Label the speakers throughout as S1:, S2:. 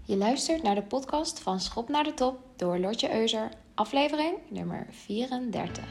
S1: Je luistert naar de podcast van Schop naar de Top door Lotje Euser, aflevering nummer 34.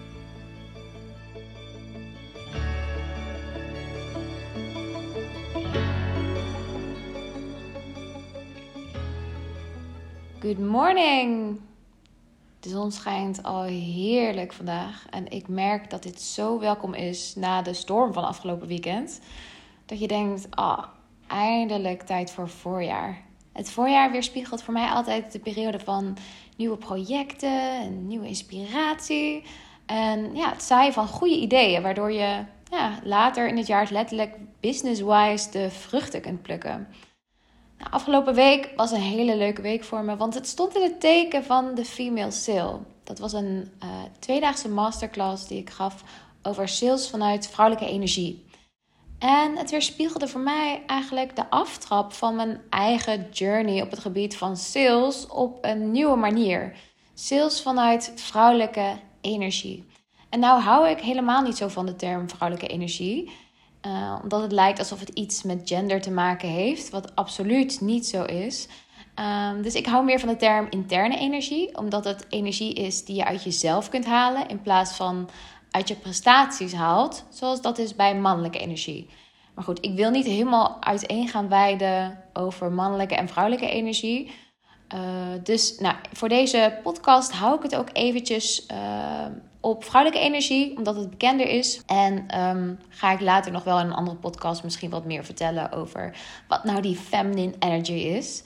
S1: Good morning! De zon schijnt al heerlijk vandaag en ik merk dat dit zo welkom is na de storm van afgelopen weekend. Dat je denkt, eindelijk tijd voor voorjaar. Het voorjaar weerspiegelt voor mij altijd de periode van nieuwe projecten en nieuwe inspiratie. En het zaaien van goede ideeën, waardoor je later in het jaar letterlijk business-wise de vruchten kunt plukken. Nou, afgelopen week was een hele leuke week voor me, want het stond in het teken van de Female Sale. Dat was een tweedaagse masterclass die ik gaf over sales vanuit vrouwelijke energie. En het weerspiegelde voor mij eigenlijk de aftrap van mijn eigen journey op het gebied van sales op een nieuwe manier. Sales vanuit vrouwelijke energie. En nou hou ik helemaal niet zo van de term vrouwelijke energie. Omdat het lijkt alsof het iets met gender te maken heeft, wat absoluut niet zo is. Dus ik hou meer van de term interne energie, omdat het energie is die je uit jezelf kunt halen in plaats van uit je prestaties haalt, zoals dat is bij mannelijke energie. Maar goed, ik wil niet helemaal uiteen gaan wijden over mannelijke en vrouwelijke energie. Dus voor deze podcast hou ik het ook eventjes op vrouwelijke energie, omdat het bekender is. En ga ik later nog wel in een andere podcast misschien wat meer vertellen over wat nou die feminine energy is.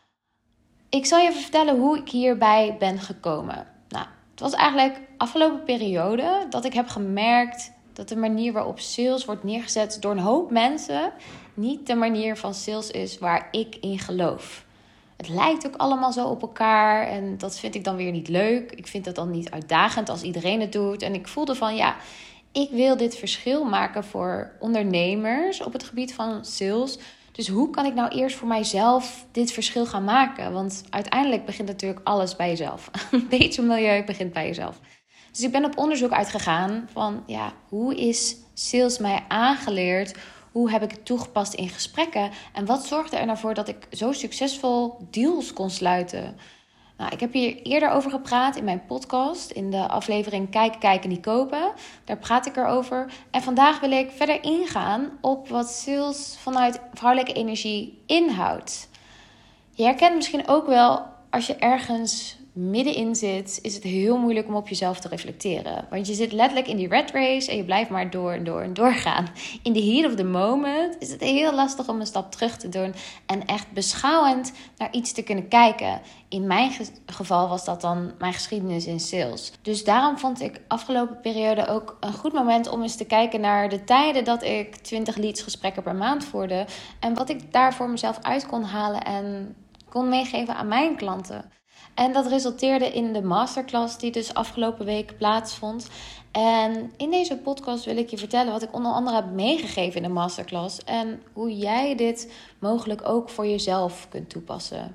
S1: Ik zal je even vertellen hoe ik hierbij ben gekomen. Het was eigenlijk afgelopen periode dat ik heb gemerkt dat de manier waarop sales wordt neergezet door een hoop mensen niet de manier van sales is waar ik in geloof. Het lijkt ook allemaal zo op elkaar en dat vind ik dan weer niet leuk. Ik vind het dan niet uitdagend als iedereen het doet. En ik voelde van ik wil dit verschil maken voor ondernemers op het gebied van sales. Dus hoe kan ik nou eerst voor mijzelf dit verschil gaan maken? Want uiteindelijk begint natuurlijk alles bij jezelf. Een beetje milieu begint bij jezelf. Dus ik ben op onderzoek uitgegaan van hoe is sales mij aangeleerd? Hoe heb ik het toegepast in gesprekken? En wat zorgde er nou voor dat ik zo succesvol deals kon sluiten? Ik heb hier eerder over gepraat in mijn podcast, in de aflevering Kijken, niet kopen. Daar praat ik erover. En vandaag wil ik verder ingaan op wat sales vanuit vrouwelijke energie inhoudt. Je herkent misschien ook wel, als je ergens middenin zit, is het heel moeilijk om op jezelf te reflecteren. Want je zit letterlijk in die red race en je blijft maar doorgaan. In the heat of the moment is het heel lastig om een stap terug te doen en echt beschouwend naar iets te kunnen kijken. In mijn geval was dat dan mijn geschiedenis in sales. Dus daarom vond ik afgelopen periode ook een goed moment om eens te kijken naar de tijden dat ik 20 leadsgesprekken per maand voerde. En wat ik daar voor mezelf uit kon halen en kon meegeven aan mijn klanten. En dat resulteerde in de masterclass die dus afgelopen week plaatsvond. En in deze podcast wil ik je vertellen wat ik onder andere heb meegegeven in de masterclass. En hoe jij dit mogelijk ook voor jezelf kunt toepassen.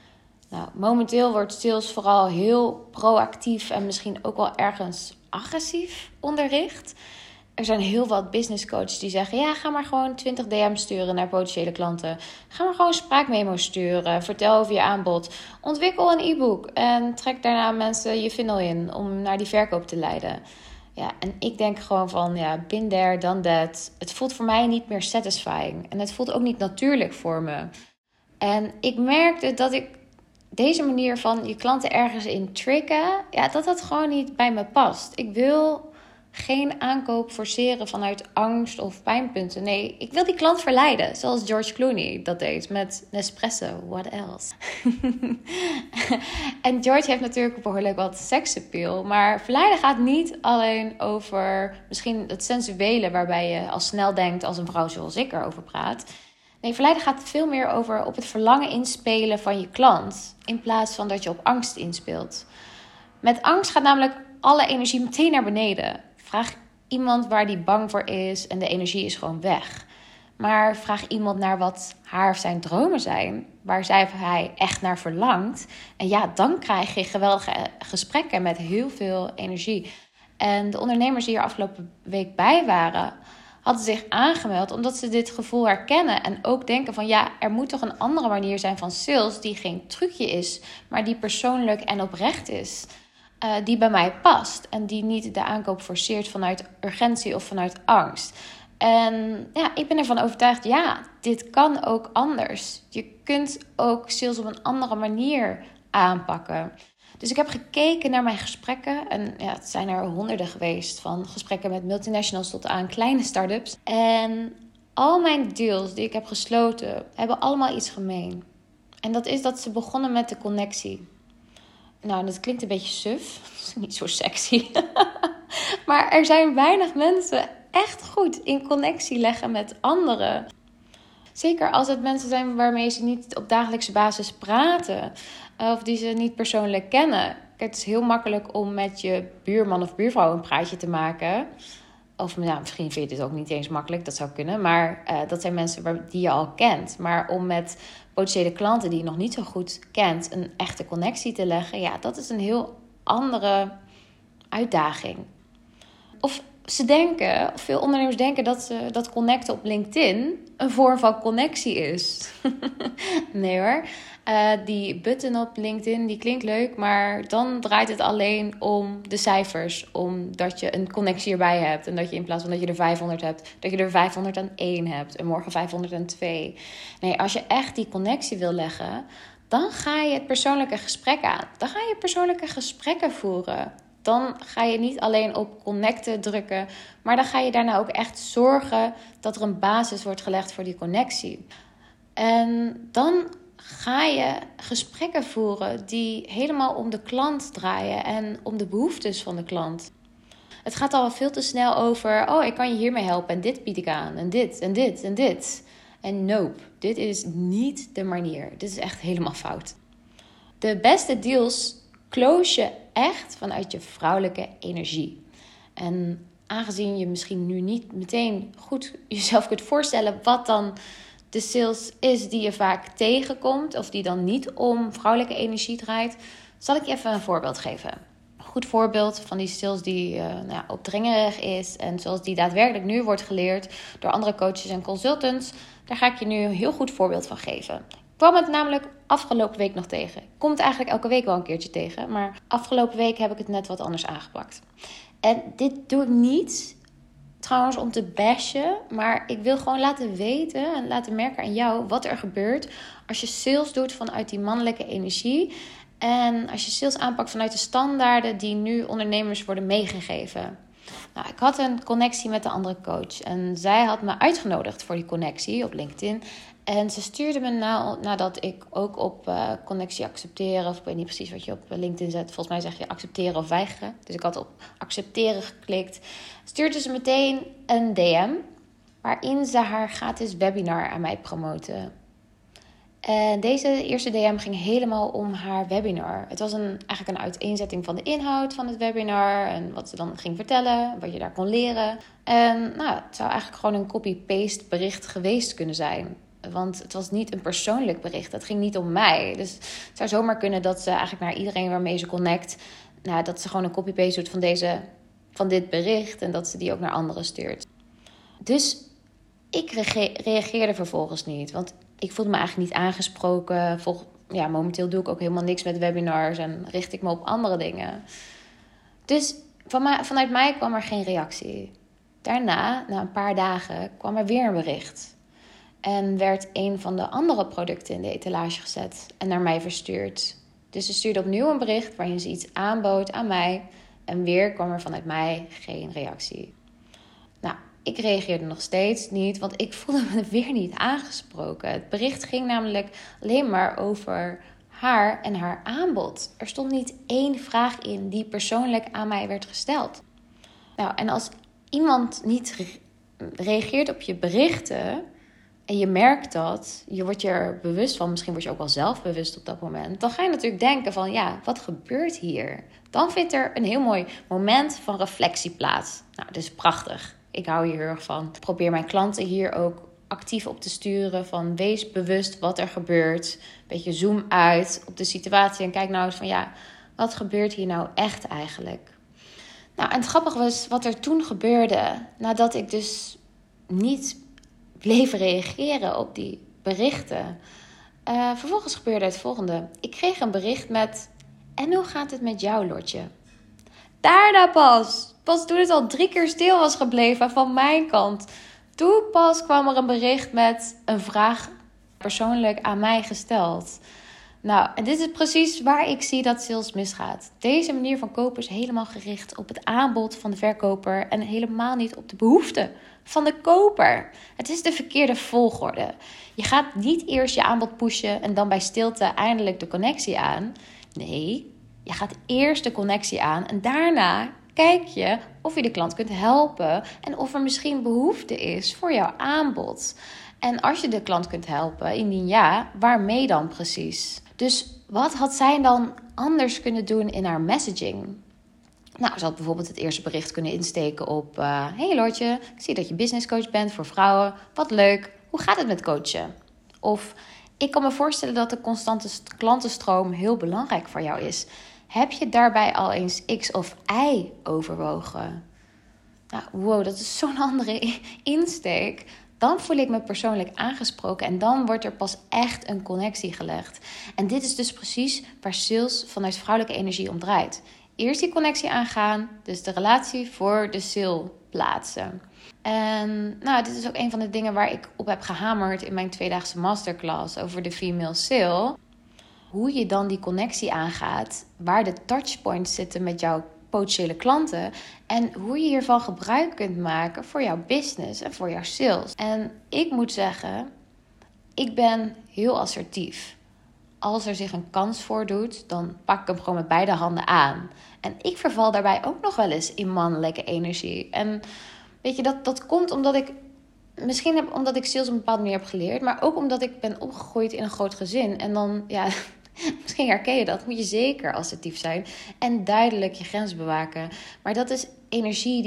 S1: Momenteel wordt sales vooral heel proactief en misschien ook wel ergens agressief onderricht. Er zijn heel wat business coaches die zeggen, ga maar gewoon 20 DM's sturen naar potentiële klanten. Ga maar gewoon spraakmemo's sturen. Vertel over je aanbod. Ontwikkel een e-book en trek daarna mensen je funnel in om naar die verkoop te leiden. En ik denk gewoon van, been there, done that. Het voelt voor mij niet meer satisfying. En het voelt ook niet natuurlijk voor me. En ik merkte dat ik deze manier van je klanten ergens in tricken, dat gewoon niet bij me past. Ik wil geen aankoop forceren vanuit angst of pijnpunten. Nee, ik wil die klant verleiden. Zoals George Clooney dat deed met Nespresso. What else? En George heeft natuurlijk behoorlijk wat seksappeal. Maar verleiden gaat niet alleen over misschien het sensuele, waarbij je al snel denkt als een vrouw zoals ik erover praat. Nee, verleiden gaat veel meer over op het verlangen inspelen van je klant, in plaats van dat je op angst inspeelt. Met angst gaat namelijk alle energie meteen naar beneden. Vraag iemand waar die bang voor is en de energie is gewoon weg. Maar vraag iemand naar wat haar of zijn dromen zijn, waar zij of hij echt naar verlangt. En dan krijg je geweldige gesprekken met heel veel energie. En de ondernemers die er afgelopen week bij waren, hadden zich aangemeld omdat ze dit gevoel herkennen. En ook denken van ja, er moet toch een andere manier zijn van sales die geen trucje is, maar die persoonlijk en oprecht is. Die bij mij past en die niet de aankoop forceert vanuit urgentie of vanuit angst. En ja, ik ben ervan overtuigd, ja, dit kan ook anders. Je kunt ook sales op een andere manier aanpakken. Dus ik heb gekeken naar mijn gesprekken. En ja, het zijn er honderden geweest. Van gesprekken met multinationals tot aan kleine start-ups. En al mijn deals die ik heb gesloten, hebben allemaal iets gemeen. En dat is dat ze begonnen met de connectie. Nou, dat klinkt een beetje suf. Dat is niet zo sexy. Maar er zijn weinig mensen echt goed in connectie leggen met anderen. Zeker als het mensen zijn waarmee ze niet op dagelijkse basis praten. Of die ze niet persoonlijk kennen. Kijk, het is heel makkelijk om met je buurman of buurvrouw een praatje te maken. Of nou, misschien vind je dit ook niet eens makkelijk, dat zou kunnen. Maar dat zijn mensen die je al kent. Maar om met potentiële klanten die je nog niet zo goed kent een echte connectie te leggen, ja, dat is een heel andere uitdaging. Of veel ondernemers denken dat connecten op LinkedIn een vorm van connectie is. Nee hoor. Die button op LinkedIn, die klinkt leuk, maar dan draait het alleen om de cijfers. Omdat je een connectie erbij hebt. En dat je in plaats van dat je er 500 hebt, dat je er 501 hebt. En morgen 502. Nee, als je echt die connectie wil leggen, dan ga je het persoonlijke gesprek aan. Dan ga je persoonlijke gesprekken voeren. Dan ga je niet alleen op connecten drukken, maar dan ga je daarna ook echt zorgen dat er een basis wordt gelegd voor die connectie. En dan ga je gesprekken voeren die helemaal om de klant draaien en om de behoeftes van de klant. Het gaat al veel te snel over, ik kan je hiermee helpen en dit bied ik aan en dit en dit en dit. En nope, dit is niet de manier. Dit is echt helemaal fout. De beste deals close je echt vanuit je vrouwelijke energie. En aangezien je misschien nu niet meteen goed jezelf kunt voorstellen wat dan de sales is die je vaak tegenkomt, of die dan niet om vrouwelijke energie draait, zal ik je even een voorbeeld geven. Een goed voorbeeld van die sales die opdringerig is en zoals die daadwerkelijk nu wordt geleerd door andere coaches en consultants, daar ga ik je nu een heel goed voorbeeld van geven. Ik kwam het namelijk afgelopen week nog tegen. Ik kom het eigenlijk elke week wel een keertje tegen, maar afgelopen week heb ik het net wat anders aangepakt. En dit doe ik niet trouwens om te bashen, maar ik wil gewoon laten weten en laten merken aan jou wat er gebeurt als je sales doet vanuit die mannelijke energie. En als je sales aanpakt vanuit de standaarden die nu ondernemers worden meegegeven. Nou, ik had een connectie met de andere coach en zij had me uitgenodigd voor die connectie op LinkedIn. En ze stuurde me nadat ik ook op connectie accepteren, of ik weet niet precies wat je op LinkedIn zet. Volgens mij zeg je accepteren of weigeren. Dus ik had op accepteren geklikt. Stuurde ze meteen een DM waarin ze haar gratis webinar aan mij promoten. En deze eerste DM ging helemaal om haar webinar. Het was eigenlijk een uiteenzetting van de inhoud van het webinar en wat ze dan ging vertellen, wat je daar kon leren. En het zou eigenlijk gewoon een copy-paste bericht geweest kunnen zijn. Want het was niet een persoonlijk bericht. Het ging niet om mij. Dus het zou zomaar kunnen dat ze eigenlijk naar iedereen waarmee ze connect, dat ze gewoon een copy-paste doet van dit bericht en dat ze die ook naar anderen stuurt. Dus ik reageerde vervolgens niet. Want ik voelde me eigenlijk niet aangesproken. Momenteel doe ik ook helemaal niks met webinars en richt ik me op andere dingen. Dus vanuit mij kwam er geen reactie. Daarna, na een paar dagen, kwam er weer een bericht. En werd een van de andere producten in de etalage gezet en naar mij verstuurd. Dus ze stuurde opnieuw een bericht waarin ze iets aanbood aan mij. En weer kwam er vanuit mij geen reactie. Nou, ik reageerde nog steeds niet, want ik voelde me weer niet aangesproken. Het bericht ging namelijk alleen maar over haar en haar aanbod. Er stond niet één vraag in die persoonlijk aan mij werd gesteld. Nou, en als iemand niet reageert op je berichten en je merkt dat, je wordt je er bewust van, misschien word je ook wel zelf bewust op dat moment, dan ga je natuurlijk denken van, wat gebeurt hier? Dan vindt er een heel mooi moment van reflectie plaats. Nou, dat is prachtig. Ik hou hier heel erg van. Ik probeer mijn klanten hier ook actief op te sturen van wees bewust wat er gebeurt. Een beetje zoom uit op de situatie en kijk nou eens van wat gebeurt hier nou echt eigenlijk? Nou, en het grappige was wat er toen gebeurde nadat ik dus niet bleven reageren op die berichten. Vervolgens gebeurde het volgende. Ik kreeg een bericht met: en hoe gaat het met jou, Lotje? Daarna pas toen het al 3 keer stil was gebleven van mijn kant. Toen pas kwam er een bericht met een vraag persoonlijk aan mij gesteld. Nou, en dit is precies waar ik zie dat sales misgaat. Deze manier van kopen is helemaal gericht op het aanbod van de verkoper en helemaal niet op de behoeften van de koper. Het is de verkeerde volgorde. Je gaat niet eerst je aanbod pushen en dan bij stilte eindelijk de connectie aan. Nee, je gaat eerst de connectie aan en daarna kijk je of je de klant kunt helpen en of er misschien behoefte is voor jouw aanbod. En als je de klant kunt helpen, indien ja, waarmee dan precies? Dus wat had zij dan anders kunnen doen in haar messaging? Nou, ze had bijvoorbeeld het eerste bericht kunnen insteken op: hey Lotje, ik zie dat je businesscoach bent voor vrouwen. Wat leuk, hoe gaat het met coachen? Of: ik kan me voorstellen dat de constante klantenstroom heel belangrijk voor jou is. Heb je daarbij al eens X of Y overwogen? Nou, wow, dat is zo'n andere insteek. Dan voel ik me persoonlijk aangesproken en dan wordt er pas echt een connectie gelegd. En dit is dus precies waar sales vanuit vrouwelijke energie om draait. Eerst die connectie aangaan, dus de relatie voor de sale plaatsen. En nou, dit is ook een van de dingen waar ik op heb gehamerd in mijn 2-daagse masterclass over de female sale. Hoe je dan die connectie aangaat, waar de touchpoints zitten met jouw potentiële klanten en hoe je hiervan gebruik kunt maken voor jouw business en voor jouw sales. En ik moet zeggen, ik ben heel assertief. Als er zich een kans voordoet, dan pak ik hem gewoon met beide handen aan. En ik verval daarbij ook nog wel eens in mannelijke energie. En weet je, dat komt omdat ik omdat ik sales op een bepaalde manier heb geleerd, maar ook omdat ik ben opgegroeid in een groot gezin. En dan, ja, misschien herken je dat, moet je zeker assertief zijn en duidelijk je grens bewaken. Maar dat is energie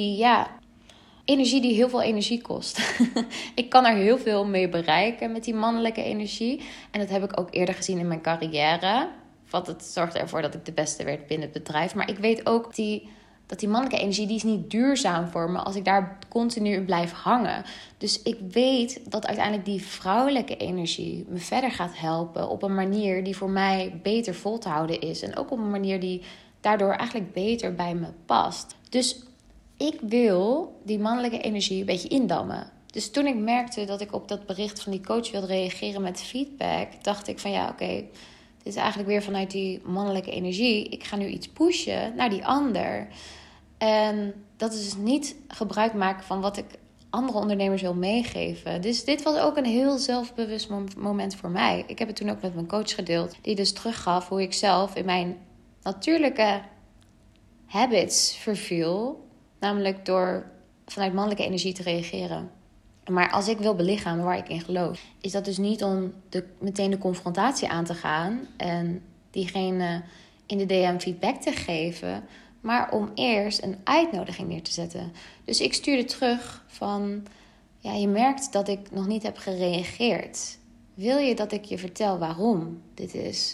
S1: die heel veel energie kost. Ik kan er heel veel mee bereiken met die mannelijke energie. En dat heb ik ook eerder gezien in mijn carrière. Want het zorgde ervoor dat ik de beste werd binnen het bedrijf. Maar ik weet ook dat die mannelijke energie, die is niet duurzaam voor me als ik daar continu in blijf hangen. Dus ik weet dat uiteindelijk die vrouwelijke energie me verder gaat helpen op een manier die voor mij beter vol te houden is. En ook op een manier die daardoor eigenlijk beter bij me past. Dus ik wil die mannelijke energie een beetje indammen. Dus toen ik merkte dat ik op dat bericht van die coach wilde reageren met feedback, dacht ik van oké, dit is eigenlijk weer vanuit die mannelijke energie. Ik ga nu iets pushen naar die ander. En dat is dus niet gebruik maken van wat ik andere ondernemers wil meegeven. Dus dit was ook een heel zelfbewust moment voor mij. Ik heb het toen ook met mijn coach gedeeld, die dus teruggaf hoe ik zelf in mijn natuurlijke habits verviel. Namelijk door vanuit mannelijke energie te reageren. Maar als ik wil belichamen waar ik in geloof, is dat dus niet om meteen de confrontatie aan te gaan en diegene in de DM feedback te geven, maar om eerst een uitnodiging neer te zetten. Dus ik stuurde terug van: je merkt dat ik nog niet heb gereageerd. Wil je dat ik je vertel waarom dit is?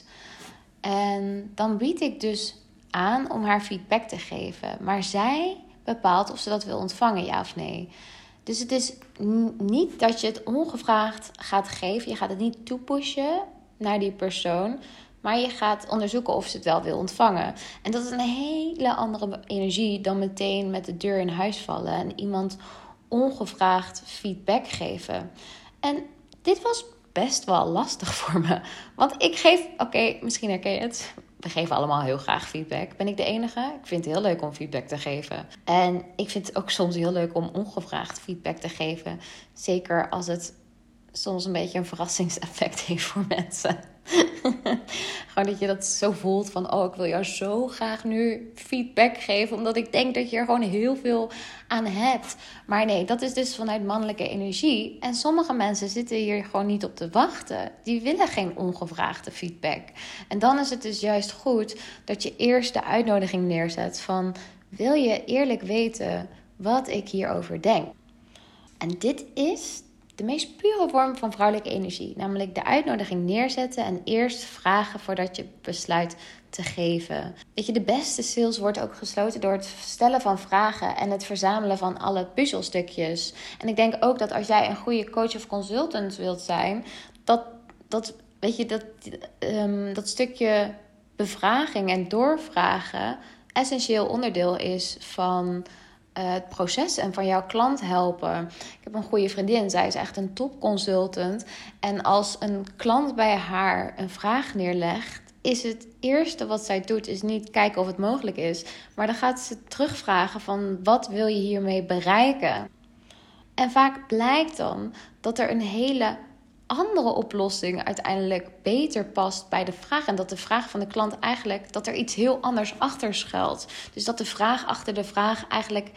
S1: En dan bied ik dus aan om haar feedback te geven. Maar zij bepaalt of ze dat wil ontvangen, ja of nee. Dus het is niet dat je het ongevraagd gaat geven. Je gaat het niet toepushen naar die persoon. Maar je gaat onderzoeken of ze het wel wil ontvangen. En dat is een hele andere energie dan meteen met de deur in huis vallen. En iemand ongevraagd feedback geven. En dit was best wel lastig voor me. Want ik geef, misschien herken je het. We geven allemaal heel graag feedback. Ben ik de enige? Ik vind het heel leuk om feedback te geven. En ik vind het ook soms heel leuk om ongevraagd feedback te geven. Zeker als het soms een beetje een verrassingseffect heeft voor mensen. Gewoon dat je dat zo voelt van: ik wil jou zo graag nu feedback geven, omdat ik denk dat je er gewoon heel veel aan hebt. Maar nee, dat is dus vanuit mannelijke energie. En sommige mensen zitten hier gewoon niet op te wachten. Die willen geen ongevraagde feedback. En dan is het dus juist goed dat je eerst de uitnodiging neerzet van: wil je eerlijk weten wat ik hierover denk? En dit is de meest pure vorm van vrouwelijke energie. Namelijk de uitnodiging neerzetten en eerst vragen voordat je besluit te geven. Weet je, de beste sales wordt ook gesloten door het stellen van vragen en het verzamelen van alle puzzelstukjes. En ik denk ook dat als jij een goede coach of consultant wilt zijn, dat stukje bevraging en doorvragen essentieel onderdeel is van het proces en van jouw klant helpen. Ik heb een goede vriendin, zij is echt een topconsultant. En als een klant bij haar een vraag neerlegt, is het eerste wat zij doet is niet kijken of het mogelijk is, maar dan gaat ze terugvragen van wat wil je hiermee bereiken? En vaak blijkt dan dat er een hele andere oplossing uiteindelijk beter past bij de vraag. En dat de vraag van de klant eigenlijk, dat er iets heel anders achter schuilt. Dus dat de vraag achter de vraag eigenlijk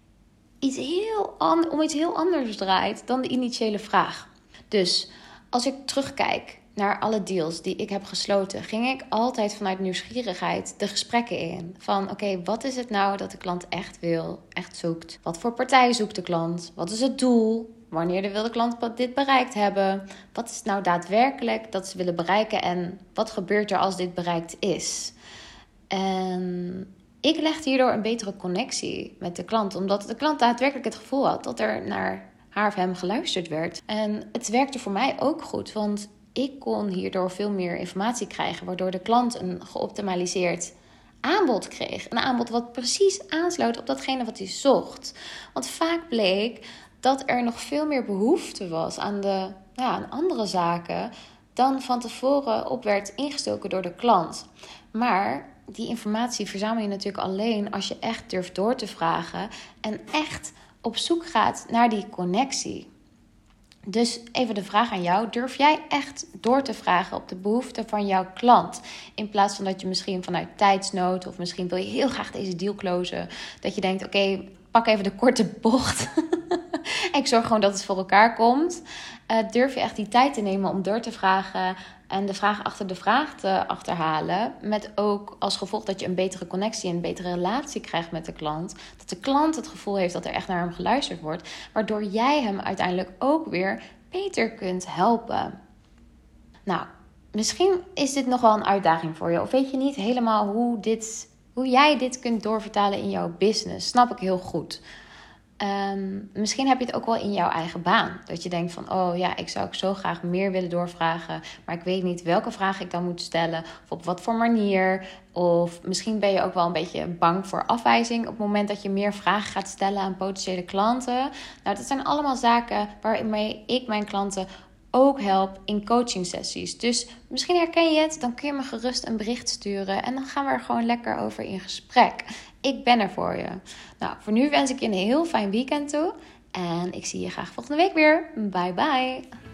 S1: om iets heel anders draait dan de initiële vraag. Dus als ik terugkijk naar alle deals die ik heb gesloten, ging ik altijd vanuit nieuwsgierigheid de gesprekken in. Van oké, wat is het nou dat de klant echt wil, echt zoekt? Wat voor partij zoekt de klant? Wat is het doel? Wanneer wil de klant dit bereikt hebben? Wat is het nou daadwerkelijk dat ze willen bereiken? En wat gebeurt er als dit bereikt is? En ik legde hierdoor een betere connectie met de klant. Omdat de klant daadwerkelijk het gevoel had dat er naar haar of hem geluisterd werd. En het werkte voor mij ook goed. Want ik kon hierdoor veel meer informatie krijgen. Waardoor de klant een geoptimaliseerd aanbod kreeg. Een aanbod wat precies aansloot op datgene wat hij zocht. Want vaak bleek dat er nog veel meer behoefte was aan andere zaken dan van tevoren op werd ingestoken door de klant. Maar die informatie verzamel je natuurlijk alleen als je echt durft door te vragen en echt op zoek gaat naar die connectie. Dus even de vraag aan jou. Durf jij echt door te vragen op de behoeften van jouw klant? In plaats van dat je misschien vanuit tijdsnood of misschien wil je heel graag deze deal closen. Dat je denkt, oké, pak even de korte bocht. Ik zorg gewoon dat het voor elkaar komt. Durf je echt die tijd te nemen om door te vragen en de vraag achter de vraag te achterhalen. Met ook als gevolg dat je een betere connectie en een betere relatie krijgt met de klant. Dat de klant het gevoel heeft dat er echt naar hem geluisterd wordt. Waardoor jij hem uiteindelijk ook weer beter kunt helpen. Nou, misschien is dit nog wel een uitdaging voor je. Of weet je niet helemaal hoe jij dit kunt doorvertalen in jouw business. Snap ik heel goed. Misschien heb je het ook wel in jouw eigen baan. Dat je denkt van, oh ja, ik zou ook zo graag meer willen doorvragen. Maar ik weet niet welke vraag ik dan moet stellen. Of op wat voor manier. Of misschien ben je ook wel een beetje bang voor afwijzing. Op het moment dat je meer vragen gaat stellen aan potentiële klanten. Nou, dat zijn allemaal zaken waarmee ik mijn klanten ook help in coaching sessies. Dus misschien herken je het, dan kun je me gerust een bericht sturen. En dan gaan we er gewoon lekker over in gesprek. Ik ben er voor je. Nou, voor nu wens ik je een heel fijn weekend toe. En ik zie je graag volgende week weer. Bye bye.